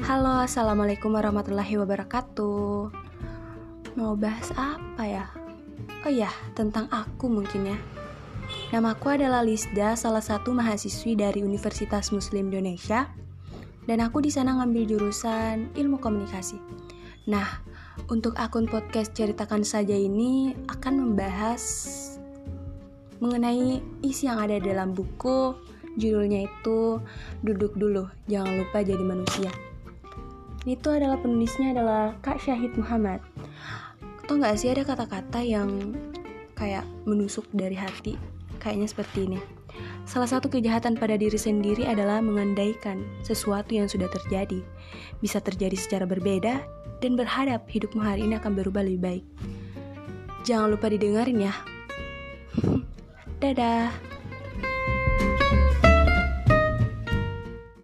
Halo, assalamualaikum warahmatullahi wabarakatuh. Mau bahas apa ya? Oh ya, tentang aku mungkin ya. Namaku adalah Lisda, salah satu mahasiswi dari Universitas Muslim Indonesia. Dan aku di sana ngambil jurusan ilmu komunikasi. Nah, untuk akun podcast Ceritakan Saja ini akan membahas mengenai isi yang ada dalam buku. Judulnya itu Duduk Dulu, Jangan Lupa Jadi Manusia. Itu adalah penulisnya adalah Kak Syahid Muhammad. Tau gak sih ada kata-kata yang kayak menusuk dari hati? Kayaknya seperti ini. Salah satu kejahatan pada diri sendiri adalah mengandaikan sesuatu yang sudah terjadi. Bisa terjadi secara berbeda dan berharap hidupmu hari ini akan berubah lebih baik. Jangan lupa didengarin ya. Dadah.